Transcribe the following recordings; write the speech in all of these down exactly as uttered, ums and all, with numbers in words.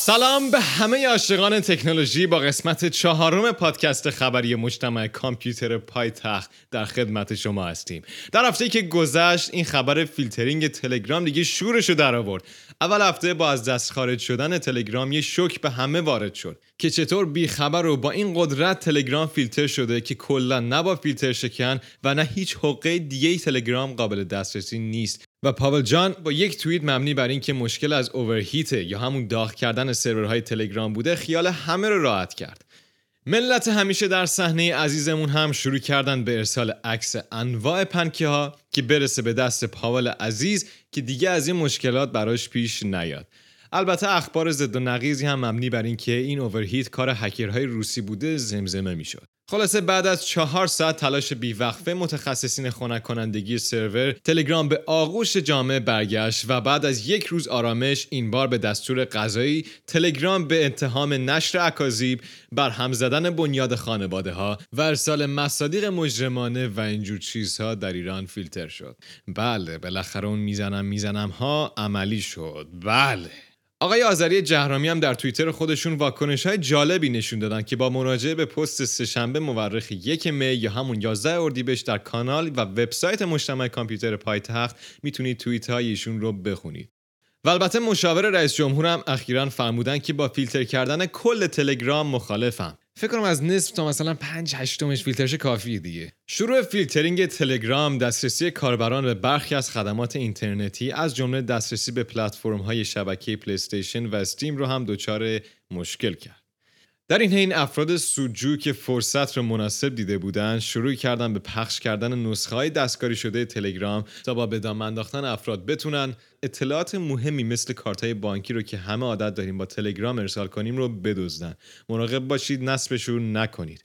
سلام به همه عاشقان تکنولوژی. با قسمت چهارم پادکست خبری مجتمع کامپیوتر پایتخت در خدمت شما هستیم. در هفته‌ای که گذشت این خبر فیلترینگ تلگرام دیگه شورشو در آورد. اول هفته با از دست خارج شدن تلگرام یه شوک به همه وارد شد که چطور بی خبر و با این قدرت تلگرام فیلتر شده که کلا نه با فیلتر شکن و نه هیچ حقه دیگه تلگرام قابل دسترسی نیست. و پاول جان با یک توییت مبنی بر این که مشکل از اوورهیت یا همون داغ کردن سرورهای تلگرام بوده خیال همه رو راحت کرد. ملت همیشه در صحنه عزیزمون هم شروع کردن به ارسال عکس انواع پنکه ها که برسه به دست پاول عزیز که دیگه از این مشکلات براش پیش نیاد. البته اخبار ضد و نقیضی هم مبنی بر این که این اوورهیت کار هکرهای روسی بوده زمزمه میشد. خلاصه بعد از چهار ساعت تلاش بیوقفه متخصصین خنک کنندگی سرور، تلگرام به آغوش جامعه برگشت و بعد از یک روز آرامش این بار به دستور قضایی تلگرام به اتهام نشر اکاذیب، برهم زدن بنیاد خانواده ها و ارسال مصادیق مجرمانه و اینجور چیزها در ایران فیلتر شد. بله، بالاخره اون میزنم میزنم ها عملی شد. بله. آقای آذری جهرامی هم در توییتر خودشون واکنش‌های جالبی نشون دادن که با مراجعه به پست سه‌شنبه مورخ یک می یا همون یازده اردیبهشت در کانال و وبسایت مجتمع کامپیوتر پایتخت میتونید توییت‌های ایشون رو بخونید. و البته مشاور رئیس جمهور هم اخیراً فرمودن که با فیلتر کردن کل تلگرام مخالفم. فکر کنم از نصف تا مثلا پنج هشتمش فیلترش کافیه دیگه. شروع فیلترینگ تلگرام دسترسی کاربران به برخی از خدمات اینترنتی از جمله دسترسی به پلتفرم‌های شبکه پلی استیشن و استیم رو هم دچار مشکل کرد. در این حین افراد سودجو که فرصت رو مناسب دیده بودن شروع کردن به پخش کردن نسخه‌های دستکاری شده تلگرام تا با به دام انداختن افراد بتونن اطلاعات مهمی مثل کارت‌های بانکی رو که همه عادت داریم با تلگرام ارسال کنیم رو بدزدن. مراقب باشید نصبشون نکنید.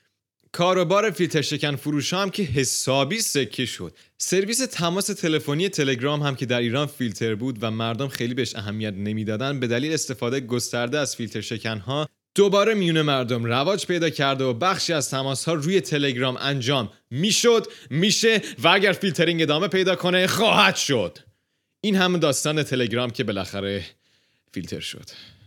کاروبار فیلتر شکن فروش هم که حسابی سکه شد. سرویس تماس تلفنی تلگرام هم که در ایران فیلتر بود و مردم خیلی بهش اهمیت نمیدادن، به دلیل استفاده گسترده از فیلتر شکن‌ها دوباره میون مردم رواج پیدا کرده و بخشی از تماس‌ها روی تلگرام انجام میشد، میشه و اگر فیلترینگ ادامه پیدا کنه خواهد شد. این هم داستان تلگرام که بالاخره فیلتر شد.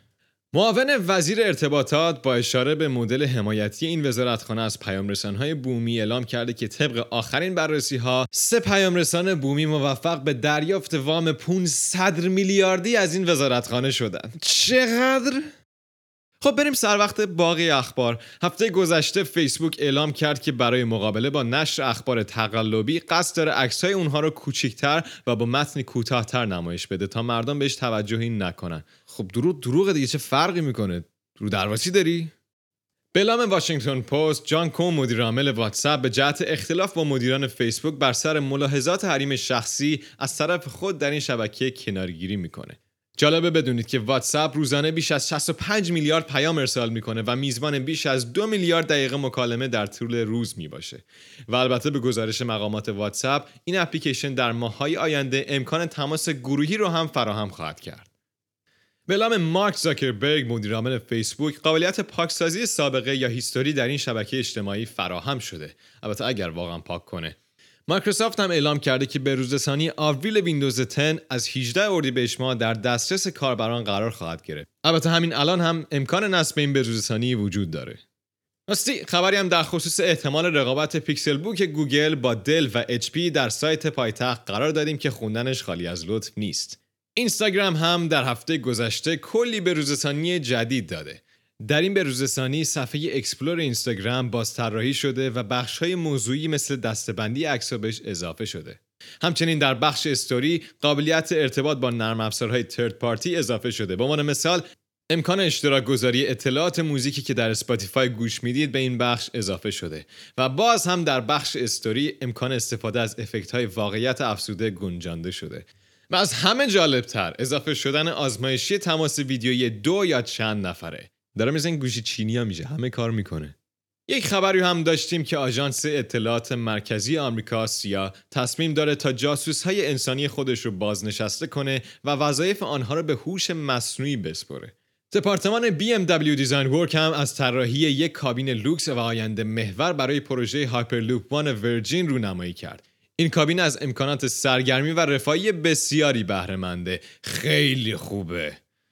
معاون وزیر ارتباطات با اشاره به مدل حمایتی این وزارتخانه از پیام‌رسان‌های بومی اعلام کرده که طبق آخرین بررسی‌ها سه پیام‌رسان بومی موفق به دریافت وام پانصد میلیاردی از این وزارتخانه شدند. چقدر؟ خب بریم سر وقت باقی اخبار. هفته گذشته فیسبوک اعلام کرد که برای مقابله با نشر اخبار تقلبی قصد داره عکس‌های اونها رو کوچیک‌تر و با متن کوتاه‌تر نمایش بده تا مردم بهش توجهی نکنن. خب دروغ دروغ دیگه، چه فرقی میکنه؟ رو درواسی داری؟ به اعلام واشنگتن پست، جان کوم مدیر عامل واتساپ به جهت اختلاف با مدیران فیسبوک بر سر ملاحظات حریم شخصی از طرف خود در این شبکه کنارگیری میکنه. جالبه بدونید که واتساپ روزانه بیش از شصت و پنج میلیارد پیام ارسال میکنه و میزبان بیش از دو میلیارد دقیقه مکالمه در طول روز میباشه. و البته به گزارش مقامات واتساپ این اپلیکیشن در ماه‌های آینده امکان تماس گروهی رو هم فراهم خواهد کرد. به اعلام مارک زاکربرگ مدیر عامل فیسبوک، قابلیت پاکسازی سابقه یا هیستوری در این شبکه اجتماعی فراهم شده. البته اگر واقعا پاک کنه. مایکروسافت هم اعلام کرده که به روزرسانی آوریل ویندوز ده از هجده اردیبهشت ماه در دسترس کاربران قرار خواهد گرفت. البته همین الان هم امکان نصب این بروزرسانی وجود داره. راستی خبری هم در خصوص احتمال رقابت پیکسل بوک گوگل با دل و اچ پی در سایت پایتخت قرار دادیم که خوندنش خالی از لطف نیست. اینستاگرام هم در هفته گذشته کلی بروزرسانی جدید داده. در این بروزرسانی صفحه اکسپلور اینستاگرام بازطراحی شده و بخش‌های موضوعی مثل دسته‌بندی عکس‌ها بهش اضافه شده. همچنین در بخش استوری قابلیت ارتباط با نرم افزارهای ترد پارتی اضافه شده. به عنوان مثال امکان اشتراک گذاری اطلاعات موزیکی که در اسپاتیفای گوش میدید به این بخش اضافه شده و باز هم در بخش استوری امکان استفاده از افکت‌های واقعیت افزوده گنجانده شده. و از همه جالبتر اضافه شدن آزمایشی تماس ویدیویی دو یا چند نفره. داره مثل این گوشی چینیا میشه، همه کار میکنه. یک خبری هم داشتیم که آژانس اطلاعات مرکزی آمریکا سیا تصمیم داره تا جاسوس‌های انسانی خودش رو بازنشسته کنه و وظایف آنها رو به هوش مصنوعی بسپره. دپارتمان بی ام دبلیو دیزاین ورک هم از طراحی یک کابین لوکس و آینده محور برای پروژه هایپرلوپ وان ورجین رونمایی کرد. این کابین از امکانات سرگرمی و رفاهی بسیاری بهره منده. خیلی خوبه.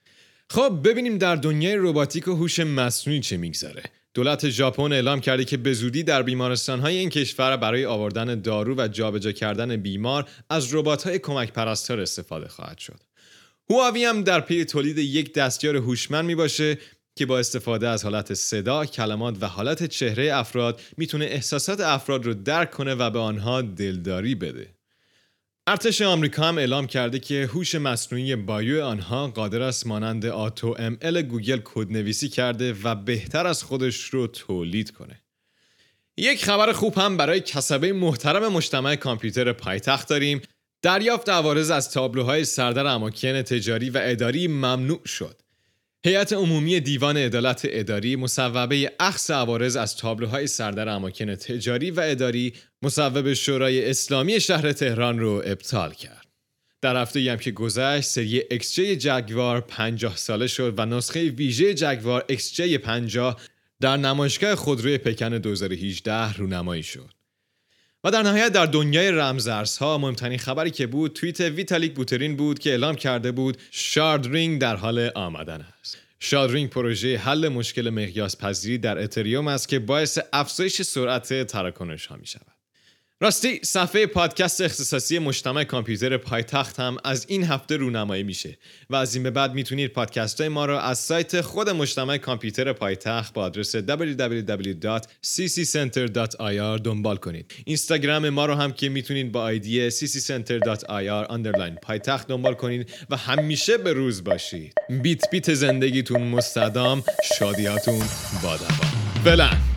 خب ببینیم در دنیای رباتیک و هوش مصنوعی چه میگذره. دولت ژاپن اعلام کرده که به زودی در بیمارستان‌های این کشور برای آوردن دارو و جابجا کردن بیمار از ربات‌های کمک پرستار استفاده خواهد شد. هواوی هم در پی تولید یک دستیار هوشمند میباشه که با استفاده از حالت صدا، کلمات و حالت چهره افراد میتونه احساسات افراد رو درک کنه و به آنها دلداری بده. ارتش آمریکا هم اعلام کرده که هوش مصنوعی بایو آنها قادر است مانند آتو ام ال گوگل کدنویسی کرده و بهتر از خودش رو تولید کنه. یک خبر خوب هم برای کسبه محترم مجتمع کامپیوتر پایتخت داریم. دریافت عوارض از تابلوهای سردر اماکن تجاری و اداری ممنوع شد. هیئت عمومی دیوان عدالت اداری مصوبه اخذ عوارض از تابلوهای سردر اماکن تجاری و اداری مصوبه شورای اسلامی شهر تهران رو ابطال کرد. در هفته‌ای هم که گذشت سری ایکس جی جگوار پنجاه ساله شد و نسخه ویژه جگوار ایکس جی پنجاه در نمایشگاه خودروی پکن دو هزار و هجده رونمایی شد. و در نهایت در دنیای رمزارزها مهمترین خبری که بود توییت ویتالیک بوترین بود که اعلام کرده بود شارد رینگ در حال آمدن است. شارد رینگ پروژه حل مشکل مقیاس پذیری در اتریوم است که باعث افزایش سرعت تراکنش ها می شود. راستی صفحه پادکست اختصاصی مجتمع کامپیوتر پایتخت هم از این هفته رونمایی میشه و از این به بعد میتونید پادکست های ما رو از سایت خود مجتمع کامپیوتر پایتخت با آدرس دبلیو دبلیو دبلیو دات سی سی سنتر دات آی آر دنبال کنید. اینستاگرام ما رو هم که میتونید با آیدی سی سی سنتر دات آی آر آندرلاین پایتخت دنبال کنید و همیشه به روز باشید. بیت بیت زندگیتون مستدام، شادیاتون با دوام. فعلا